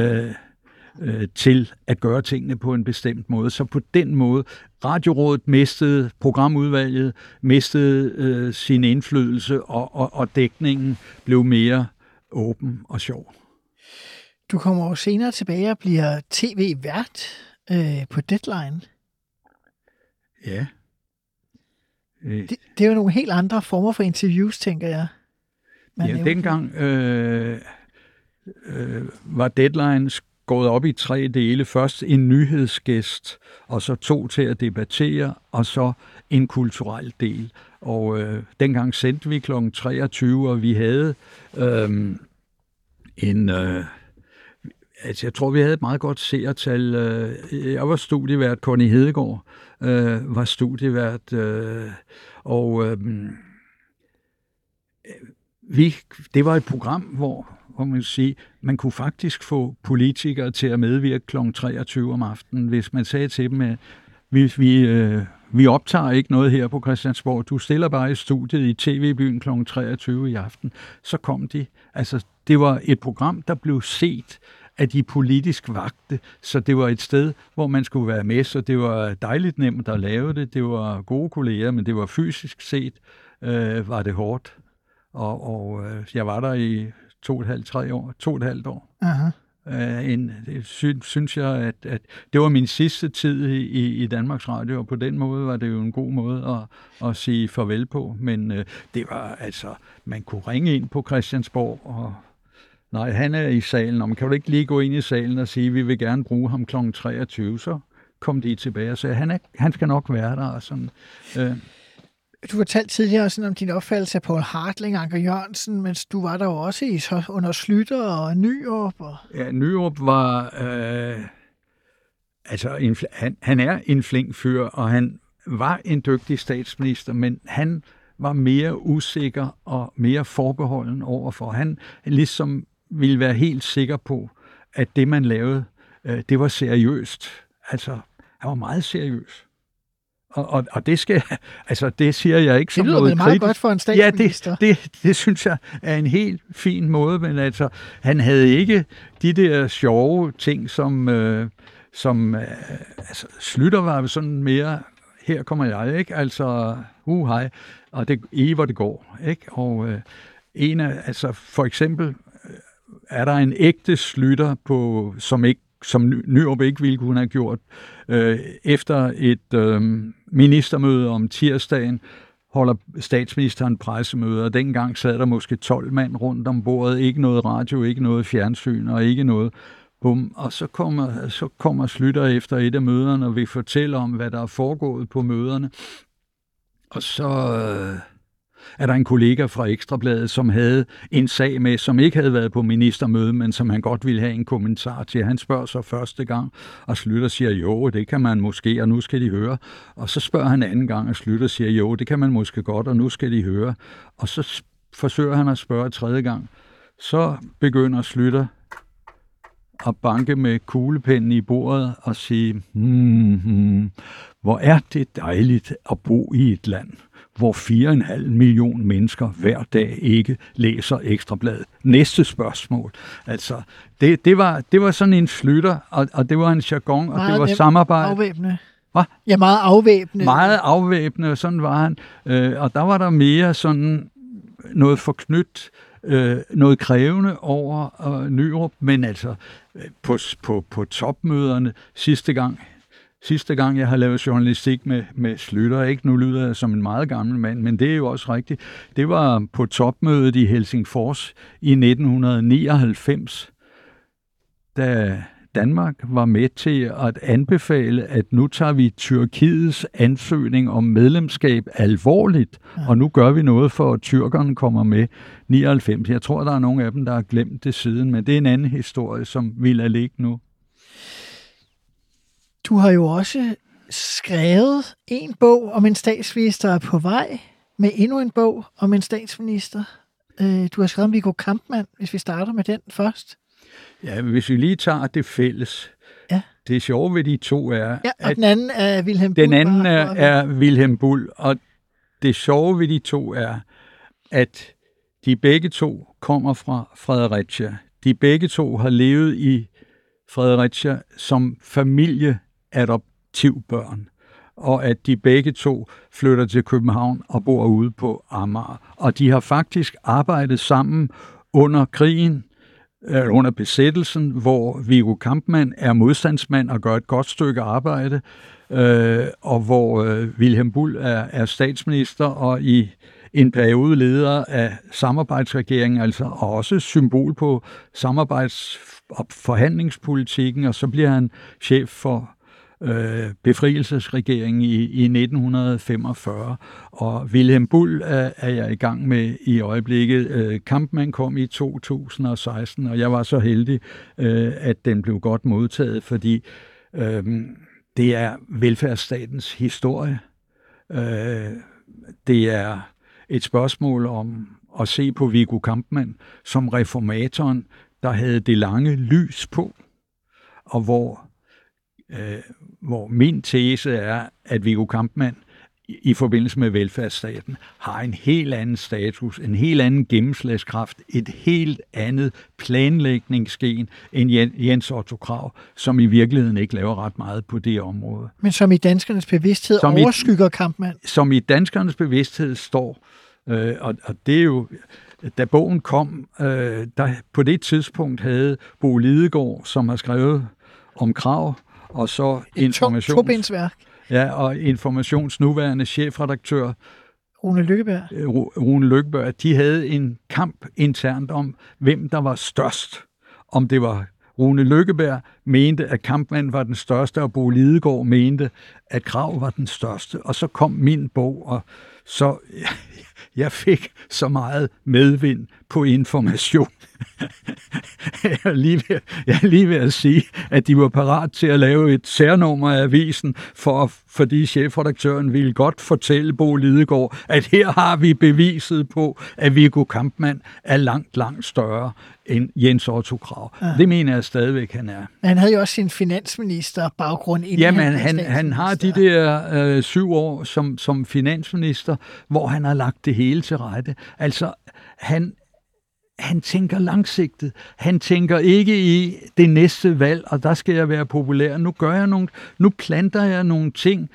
til at gøre tingene på en bestemt måde. Så på den måde, radiorådet mistede, programudvalget mistede sin indflydelse, og dækningen blev mere åben og sjov. Du kommer jo senere tilbage og bliver tv-vært på Deadline. Ja. Det er jo nogle helt andre former for interviews, tænker jeg. Dengang var Deadline gået op i 3 dele. Først en nyhedsgæst, og så 2 til at debattere, og så en kulturel del. Og dengang sendte vi kl. 23, og vi havde jeg tror, vi havde et meget godt seertal. Jeg var studievært, Connie Hedegaard var studievært, det var et program, hvor man sige, man kunne faktisk få politikere til at medvirke kl. 23 om aftenen, hvis man sagde til dem, at vi optager ikke noget her på Christiansborg, du stiller bare i studiet i TV-byen kl. 23 i aften. Så kom de. Altså, det var et program, der blev set af de politisk vagte, så det var et sted, hvor man skulle være med, så det var dejligt nemt at lave det. Det var gode kolleger, men det var fysisk set, var det hårdt. Og jeg var der i 2,5 år. Aha. Synes jeg, at det var min sidste tid i Danmarks Radio, og på den måde var det jo en god måde at sige farvel på. Men det var altså, man kunne ringe ind på Christiansborg, og nej, han er i salen, og man kan jo ikke lige gå ind i salen og sige, at vi vil gerne bruge ham kl. 23, så kom de tilbage og sagde, han skal nok være der. Og sådan, Du fortalte tidligere sådan om din opfattelse af Poul Hartling, Anker Jørgensen, mens du var der jo også under Schlüter og Nyrup. Ja, Nyrup var... han er en flink fyr, og han var en dygtig statsminister, men han var mere usikker og mere forbeholden overfor. Han ligesom ville være helt sikker på, at det, man lavede, det var seriøst. Altså, han var meget seriøs. Og det skal, altså det siger jeg ikke som noget kritisk. Det lyder meget godt for en statsminister. Ja, det synes jeg er en helt fin måde, men altså, han havde ikke de der sjove ting, som Schlüter var sådan mere, her kommer jeg, ikke? Altså, hej, og det hvor det går, ikke? Og for eksempel er der en ægte Schlüter på, som Nyrup ikke ville kunne have gjort. Efter et ministermøde om tirsdagen holder statsministeren pressemøde, og dengang sad der måske 12 mand rundt om bordet, ikke noget radio, ikke noget fjernsyn og ikke noget. Bum. Og så kommer Schlüter efter et af møderne og vil fortælle om, hvad der er foregået på møderne. Og så er der en kollega fra Ekstrabladet, som havde en sag med, som ikke havde været på ministermøde, men som han godt ville have en kommentar til. Han spørger så første gang, og Schlüter siger, jo, det kan man måske, og nu skal de høre. Og så spørger han anden gang, og Schlüter siger, jo, det kan man måske godt, og nu skal de høre. Og så forsøger han at spørge tredje gang. Så begynder Schlüter at banke med kuglepennen i bordet og sige, hvor er det dejligt at bo i et land, hvor 4,5 millioner mennesker hver dag ikke læser Ekstrabladet. Næste spørgsmål. Altså, det var sådan en Schlüter, og det var en jargon, og det var samarbejde. Afvæbnende. Hvad? Ja, meget afvæbnende. Meget afvæbnende, sådan var han. Og der var der mere sådan noget forknyt, noget krævende over Nyrup, men altså på topmøderne sidste gang jeg har lavet journalistik med Schlüter, ikke? Nu lyder jeg som en meget gammel mand, men det er jo også rigtigt. Det var på topmødet i Helsingfors i 1999, da Danmark var med til at anbefale, at nu tager vi Tyrkiets ansøgning om medlemskab alvorligt, og nu gør vi noget for, at tyrkerne kommer med 99. Jeg tror, der er nogle af dem, der har glemt det siden, men det er en anden historie, som vi lader ligge nu. Du har jo også skrevet en bog om en statsminister på vej, med endnu en bog om en statsminister. Du har skrevet om Viggo Kampmann, hvis vi starter med den først. Ja, hvis vi lige tager det fælles. Ja. Det sjove ved de to er... Ja, og den anden er Vilhelm Buhl. Den anden er Vilhelm Buhl, og det sjove ved de to er, at de begge to kommer fra Fredericia. De begge to har levet i Fredericia som familieadoptivbørn, og at de begge to flytter til København og bor ude på Amager. Og de har faktisk arbejdet sammen under krigen, under besættelsen, hvor Viggo Kampmann er modstandsmand og gør et godt stykke arbejde, og hvor Vilhelm Buhl er statsminister og i en periode leder af samarbejdsregeringen, altså også symbol på samarbejds- og forhandlingspolitikken, og så bliver han chef for befrielsesregeringen i 1945. Og Vilhelm Buhl er jeg i gang med i øjeblikket. Kampmann kom i 2016, og jeg var så heldig, at den blev godt modtaget, fordi det er velfærdsstatens historie. Det er et spørgsmål om at se på Viggo Kampmann som reformatoren, der havde det lange lys på, og hvor min tese er, at Viggo Kampmann i forbindelse med velfærdsstaten har en helt anden status, en helt anden gennemslagskraft, et helt andet planlægningsgen end Jens Otto Krag, som i virkeligheden ikke laver ret meget på det område. Men som i danskernes bevidsthed overskygger Kampmann. Som i danskernes bevidsthed står, og det er jo da bogen kom, der på det tidspunkt havde Bo Lidegaard, som har skrevet om Krag, og så og Informations nuværende chefredaktør, Rune Lykkeberg, de havde en kamp internt om, hvem der var størst. Om det var Rune Lykkeberg mente, at Kampmann var den største, og Bo Lidegaard mente, at Krag var den største. Og så kom min bog, og så jeg fik så meget medvind på Information. Jeg er lige ved at sige, at de var parat til at lave et særnummer af avisen, fordi chefredaktøren ville godt fortælle Bo Lidegaard, at her har vi beviset på, at Viggo Kampmann er langt, langt større end Jens Otto Krag. Ja. Det mener jeg stadigvæk, han er. Han havde jo også sin finansminister-baggrund. Jamen, han har de der 7 år som finansminister, hvor han har lagt det hele til rette. Altså, han tænker langsigtet. Han tænker ikke i det næste valg, og der skal jeg være populær. Nu planter jeg nogle ting,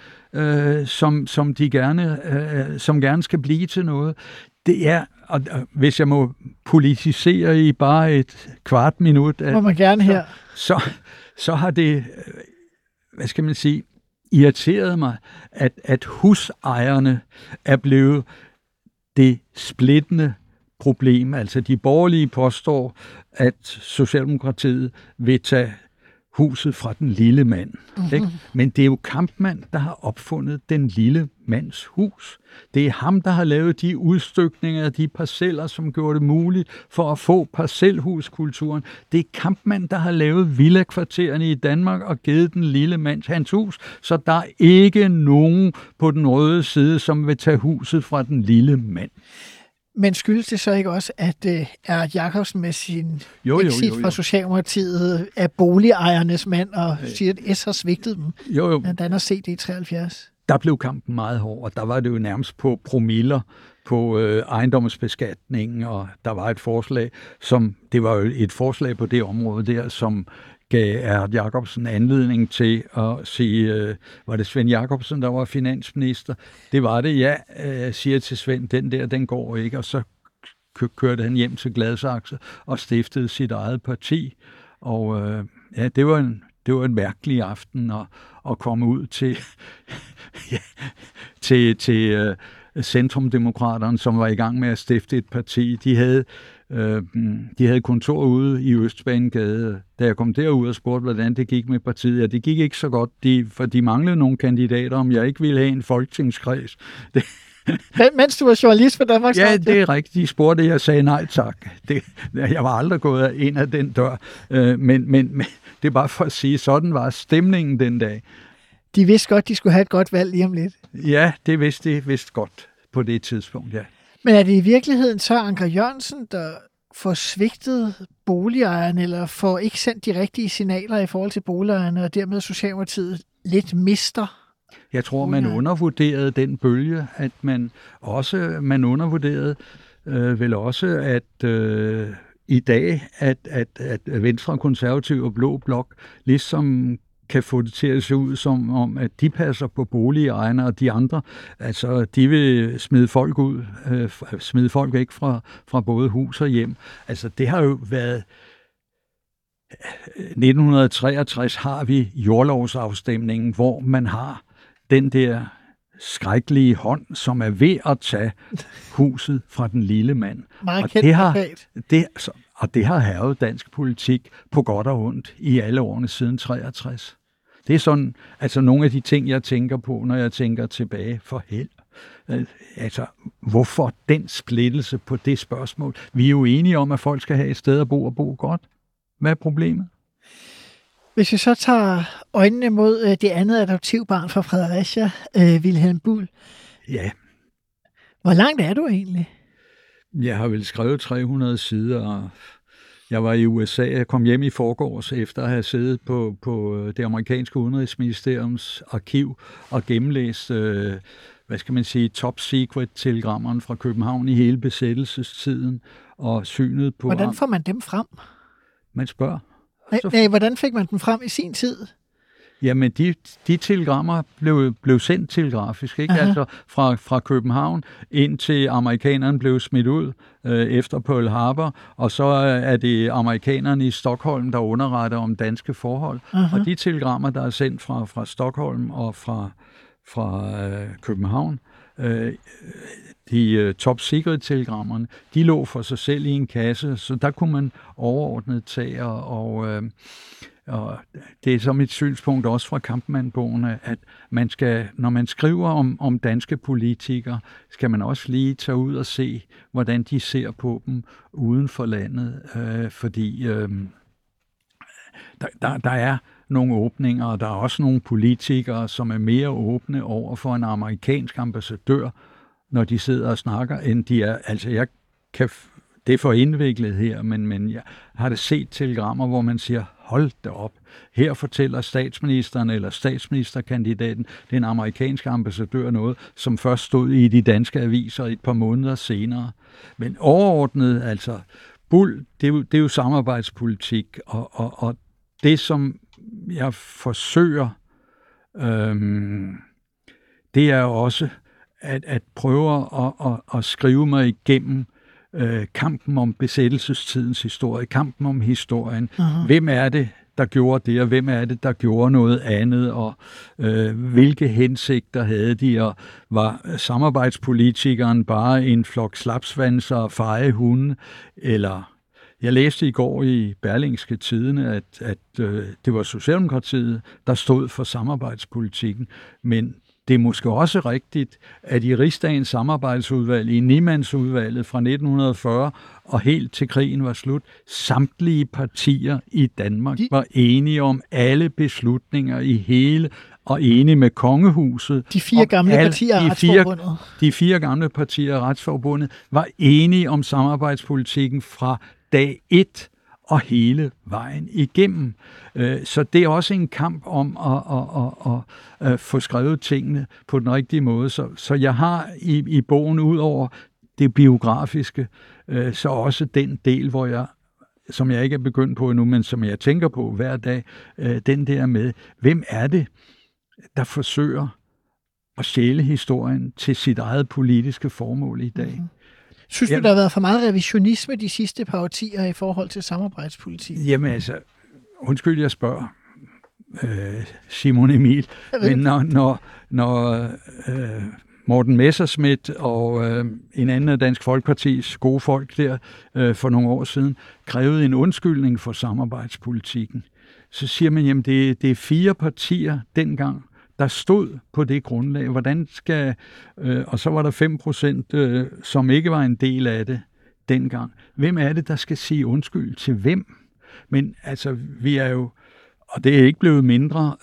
som gerne skal blive til noget. Det er, og hvis jeg må politisere i bare et kvart minut, må man gerne her. Så har det, hvad skal man sige, irriteret mig, at husejerne er blevet det splittende problem. Altså de borgerlige påstår, at Socialdemokratiet vil tage huset fra den lille mand. Ikke? Men det er jo Kampmann, der har opfundet den lille mands hus. Det er ham, der har lavet de udstykninger af de parceller, som gjorde det muligt for at få parcelhuskulturen. Det er Kampmann, der har lavet villakvartererne i Danmark og givet den lille mands hans hus, så der er ikke nogen på den røde side, som vil tage huset fra den lille mand. Men skyldes det så ikke også, at Erik Jacobsen med sin exit fra Socialdemokratiet er boligejernes mand og siger, at S har svigtet dem? Blandt andet set det i 73. Der blev kampen meget hård, og der var det jo nærmest på promiller på ejendomsbeskatningen, og der var et forslag, det var jo et forslag på det område der, som gav Erik Jacobsen anledning til at sige, var det Svend Jakobsen, der var finansminister? Det var det, ja, siger til Svend, den går ikke, og så kørte han hjem til Gladsaxe og stiftede sit eget parti, og det var en mærkelig aften at komme ud til Centrumdemokraterne, som var i gang med at stifte et parti. De havde kontor ude i Østbanegade. Da jeg kom derud og spurgte, hvordan det gik med partiet, ja, det gik ikke så godt, for de manglede nogle kandidater, om jeg ikke ville have en folketingskreds. Mens du var journalist for Danmarks Radio? Ja, det er rigtigt. De spurgte, jeg sagde nej tak. Jeg var aldrig gået ind ad den dør. Men det er bare for at sige, sådan var stemningen den dag. De vidste godt, de skulle have et godt valg lige om lidt. Ja, det vidste de godt på det tidspunkt, ja. Men er det i virkeligheden så Anker Jørgensen, der får svigtet boligejerne, eller får ikke sendt de rigtige signaler i forhold til boligejerne, og dermed Socialdemokratiet lidt mister? Jeg tror, man undervurderede den bølge, at man undervurderede vel også, at i dag, at Venstre, Konservative og Blå Blok ligesom kan få det til at se ud som om, at de passer på boligejerne, og de andre, altså de vil smide folk ud, smide folk væk fra både hus og hjem. Altså det har jo været 1963 har vi jordlovsafstemningen, hvor man har den der skrækkelige hånd, som er ved at tage huset fra den lille mand. Og det har hærget dansk politik på godt og ondt i alle årene siden 63. Det er sådan, altså nogle af de ting, jeg tænker på, når jeg tænker tilbage for held. Altså, hvorfor den splittelse på det spørgsmål? Vi er jo enige om, at folk skal have et sted at bo og bo godt. Hvad er problemet? Hvis vi så tager øjnene mod det andet adoptivbarn fra Fredericia, Vilhelm Buhl. Ja. Hvor langt er du egentlig? Jeg har vel skrevet 300 sider, og jeg var i USA. Jeg kom hjem i forgårs efter at have siddet på det amerikanske udenrigsministeriums arkiv og gennemlæst, top secret telegrammerne fra København i hele besættelsestiden og synet på... Hvordan får man dem frem? Man spørger. Nej, hvordan fik man dem frem i sin tid? Jamen, de telegrammer blev sendt telegrafisk, ikke? Altså fra København ind til amerikanerne blev smidt ud efter Pearl Harbor, og så er det amerikanerne i Stockholm, der underretter om danske forhold. Og de telegrammer, der er sendt fra Stockholm og fra København, de top-secret-telegrammerne, de lå for sig selv i en kasse, så der kunne man overordnet tage, og det er så mit synspunkt også fra Kampmann-bogen, at man skal, når man skriver om danske politikere, skal man også lige tage ud og se, hvordan de ser på dem uden for landet, fordi der er nogle åbninger, og der er også nogle politikere, som er mere åbne over for en amerikansk ambassadør, når de sidder og snakker, end de er. Altså, jeg kan... Det er for indviklet her, men jeg har da set telegrammer, hvor man siger, hold da op. Her fortæller statsministeren eller statsministerkandidaten, den amerikanske ambassadør, noget, som først stod i de danske aviser et par måneder senere. Men overordnet, altså, Bull, det er jo samarbejdspolitik, og det, som jeg forsøger, det er også at prøve at skrive mig igennem kampen om besættelsestidens historie, kampen om historien. Hvem er det, der gjorde det, og hvem er det, der gjorde noget andet, og hvilke hensigter havde de, og var samarbejdspolitikeren bare en flok slapsvanser og feje hunde, eller... Jeg læste i går i Berlingske Tidende, at det var Socialdemokratiet, der stod for samarbejdspolitikken, men det er måske også rigtigt, at i Rigsdagens samarbejdsudvalg, i Niemandsudvalget fra 1940 og helt til krigen var slut, samtlige partier i Danmark var enige om alle beslutninger i hele, og enige med kongehuset. De 4 gamle partier af Retsforbundet. De 4 gamle partier af Retsforbundet var enige om samarbejdspolitikken fra dag 1 og hele vejen igennem. Så det er også en kamp om at få skrevet tingene på den rigtige måde. Så jeg har i bogen, ud over det biografiske, så også den del, hvor jeg, som jeg ikke er begyndt på endnu, men som jeg tænker på hver dag, den der med, hvem er det, der forsøger at stjæle historien til sit eget politiske formål i dag? Synes du, der har været for meget revisionisme de sidste par årtier i forhold til samarbejdspolitik? Jamen altså, undskyld, jeg spørger, Simon Emil, men når Morten Messerschmidt og en anden af Dansk Folkepartis gode folk der for nogle år siden krævede en undskyldning for samarbejdspolitikken, så siger man, jamen det er 4 partier dengang, der stod på det grundlag. Hvordan skal... og så var der 5%, som ikke var en del af det dengang. Hvem er det, der skal sige undskyld til hvem? Men altså, vi er jo... Og det er ikke blevet mindre,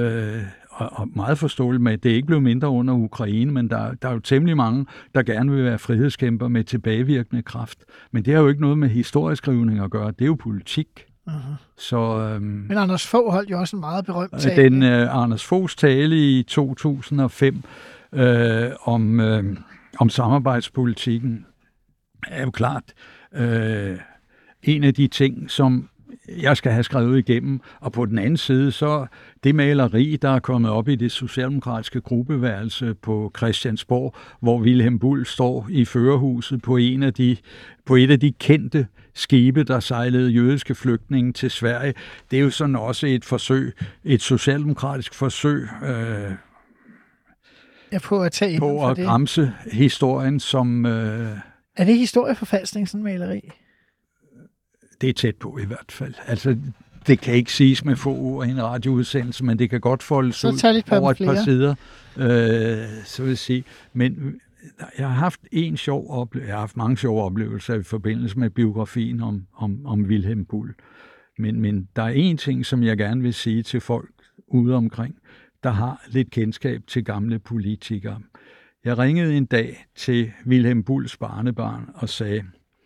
og meget forståeligt med, at det er ikke blevet mindre under Ukraine, men der er jo temmelig mange, der gerne vil være frihedskæmper med tilbagevirkende kraft. Men det har jo ikke noget med historieskrivning at gøre. Det er jo politik. Så, men Anders Fogh holdt jo også en meget berømt tale. Den Anders Foghs tale i 2005 om samarbejdspolitikken er jo klart en af de ting, som jeg skal have skrevet igennem. Og på den anden side, så det maleri, der er kommet op i det socialdemokratiske gruppeværelse på Christiansborg, hvor Vilhelm Buhl står i førerhuset på et af de kendte skibe, der sejlede jødiske flygtninge til Sverige. Det er jo sådan også et socialdemokratisk forsøg på at bremse historien som... Er det historieforfalskning, sådan maleri? Det er tæt på i hvert fald. Altså, det kan ikke siges med få ord i en radioudsendelse, men det kan godt foldes ud over et par sider, så vil jeg sige. Men jeg har haft jeg har haft mange sjove oplevelser i forbindelse med biografien om Vilhelm Buhl. Men der er en ting, som jeg gerne vil sige til folk ude omkring, der har lidt kendskab til gamle politikere. Jeg ringede en dag til Vilhelm Bulls barnebarn og sagde,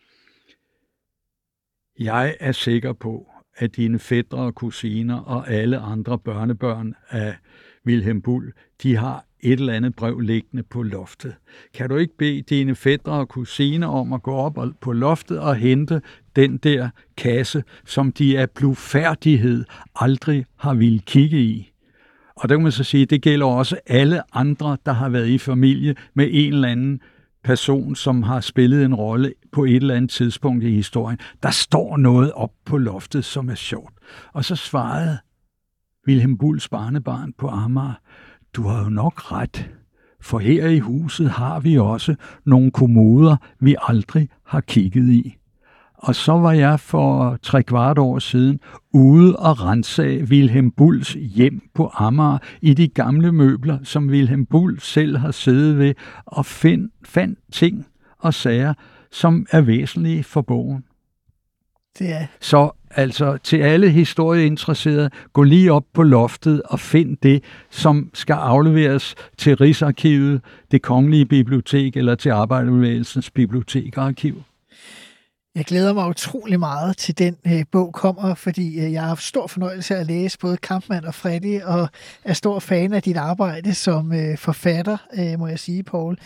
jeg er sikker på, at dine fætre og kusiner og alle andre børnebørn af Vilhelm Buhl, de har et eller andet brev liggende på loftet. Kan du ikke bede dine fætre og kusiner om at gå op på loftet og hente den der kasse, som de af blufærdighed aldrig har ville kigge i? Og der kan man så sige, at det gælder også alle andre, der har været i familie med en eller anden person, som har spillet en rolle på et eller andet tidspunkt i historien. Der står noget op på loftet, som er sjovt. Og så svarede Vilhelm Bulls barnebarn på Amager, du har jo nok ret, for her i huset har vi også nogle kommoder, vi aldrig har kigget i. Og så var jeg for 3/4 år siden ude og ransage Vilhelm Bulls hjem på Amager i de gamle møbler, som Vilhelm Bull selv har siddet ved, og fandt ting og sager, som er væsentlige for bogen. Det er. Så altså til alle historieinteresserede, gå lige op på loftet og find det, som skal afleveres til Rigsarkivet, det Kongelige Bibliotek eller til Arbejderbevægelsens Bibliotek og Arkiv. Jeg glæder mig utrolig meget til den bog kommer, fordi jeg har haft stor fornøjelse af at læse både Kampmann og Freddy, og er stor fan af dit arbejde som forfatter, må jeg sige, Poul.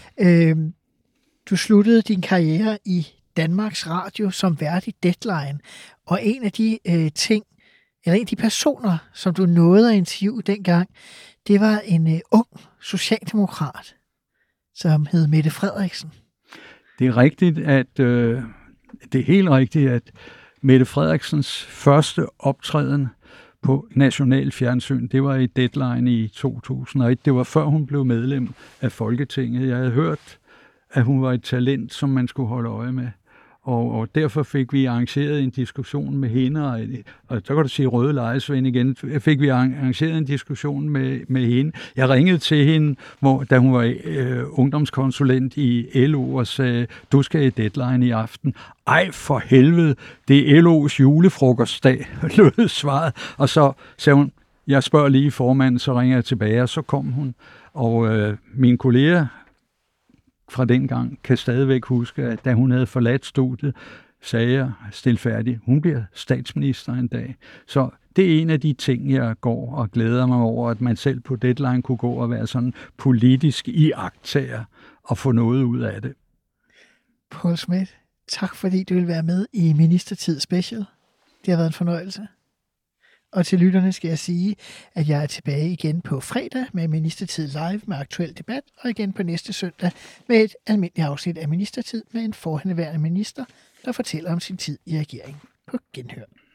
Du sluttede din karriere i Danmarks Radio som vært i Deadline, og en af de en af de personer, som du nåede at interviewe dengang, det var en ung socialdemokrat, som hed Mette Frederiksen. Det er rigtigt, det er helt rigtigt, at Mette Frederiksens første optræden på national fjernsyn, det var i Deadline i 2001. Det var før hun blev medlem af Folketinget. Jeg havde hørt, at hun var et talent, som man skulle holde øje med. Og derfor fik vi arrangeret en diskussion med hende, og så kan du sige Røde Lejesvend igen, fik vi arrangeret en diskussion med hende. Jeg ringede til hende, da hun var ungdomskonsulent i LO, og sagde, du skal i Deadline i aften. Ej, for helvede, det er LO's julefrokostdag, lød svaret. Og så sagde hun, jeg spørger lige formanden, så ringer jeg tilbage, og så kom hun. Og mine kolleger fra dengang kan stadigvæk huske, at da hun havde forladt studiet, sagde jeg stilfærdigt, hun bliver statsminister en dag. Så det er en af de ting, jeg går og glæder mig over, at man selv på Deadline kunne gå og være sådan politisk iagttager og få noget ud af det. Poul Schmidt, tak fordi du vil være med i Ministertid Special. Det har været en fornøjelse. Og til lytterne skal jeg sige, at jeg er tilbage igen på fredag med Ministertid Live med aktuel debat, og igen på næste søndag med et almindeligt afsnit af Ministertid med en forhenværende minister, der fortæller om sin tid i regeringen. På genhør.